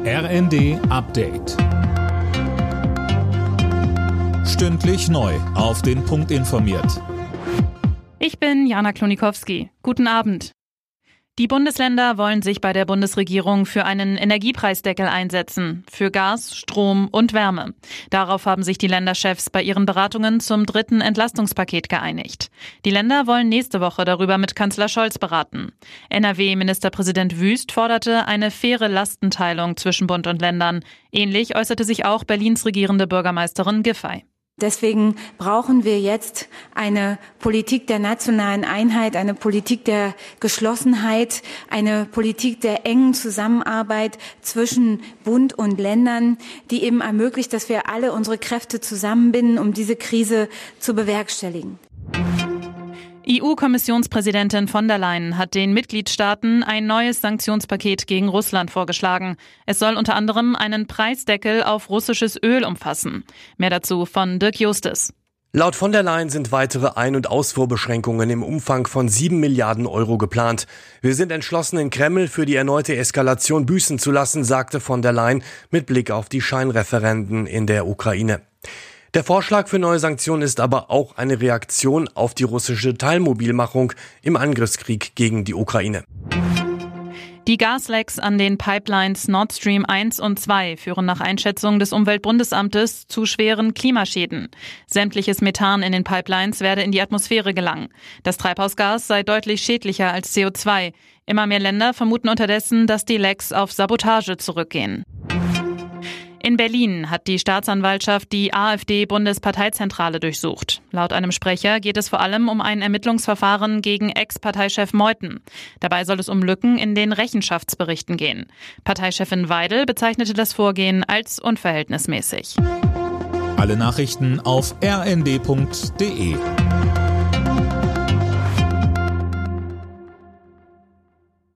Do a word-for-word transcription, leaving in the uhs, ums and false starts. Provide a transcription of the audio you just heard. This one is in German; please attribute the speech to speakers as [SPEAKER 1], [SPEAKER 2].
[SPEAKER 1] R N D Update. Stündlich neu auf den Punkt informiert.
[SPEAKER 2] Ich bin Jana Klonikowski. Guten Abend. Die Bundesländer wollen sich bei der Bundesregierung für einen Energiepreisdeckel einsetzen, für Gas, Strom und Wärme. Darauf haben sich die Länderchefs bei ihren Beratungen zum dritten Entlastungspaket geeinigt. Die Länder wollen nächste Woche darüber mit Kanzler Scholz beraten. N R W-Ministerpräsident Wüst forderte eine faire Lastenteilung zwischen Bund und Ländern. Ähnlich äußerte sich auch Berlins regierende Bürgermeisterin Giffey.
[SPEAKER 3] Deswegen brauchen wir jetzt eine Politik der nationalen Einheit, eine Politik der Geschlossenheit, eine Politik der engen Zusammenarbeit zwischen Bund und Ländern, die eben ermöglicht, dass wir alle unsere Kräfte zusammenbinden, um diese Krise zu bewerkstelligen.
[SPEAKER 2] E U-Kommissionspräsidentin von der Leyen hat den Mitgliedstaaten ein neues Sanktionspaket gegen Russland vorgeschlagen. Es soll unter anderem einen Preisdeckel auf russisches Öl umfassen. Mehr dazu von Dirk Justus.
[SPEAKER 4] Laut von der Leyen sind weitere Ein- und Ausfuhrbeschränkungen im Umfang von sieben Milliarden Euro geplant. Wir sind entschlossen, in Kreml für die erneute Eskalation büßen zu lassen, sagte von der Leyen mit Blick auf die Scheinreferenden in der Ukraine. Der Vorschlag für neue Sanktionen ist aber auch eine Reaktion auf die russische Teilmobilmachung im Angriffskrieg gegen die Ukraine.
[SPEAKER 2] Die Gaslecks an den Pipelines Nord Stream eins und zwei führen nach Einschätzung des Umweltbundesamtes zu schweren Klimaschäden. Sämtliches Methan in den Pipelines werde in die Atmosphäre gelangen. Das Treibhausgas sei deutlich schädlicher als C O zwei. Immer mehr Länder vermuten unterdessen, dass die Lecks auf Sabotage zurückgehen. In Berlin hat die Staatsanwaltschaft die AfD-Bundesparteizentrale durchsucht. Laut einem Sprecher geht es vor allem um ein Ermittlungsverfahren gegen Ex-Parteichef Meuthen. Dabei soll es um Lücken in den Rechenschaftsberichten gehen. Parteichefin Weidel bezeichnete das Vorgehen als unverhältnismäßig.
[SPEAKER 1] Alle Nachrichten auf r n d punkt d e.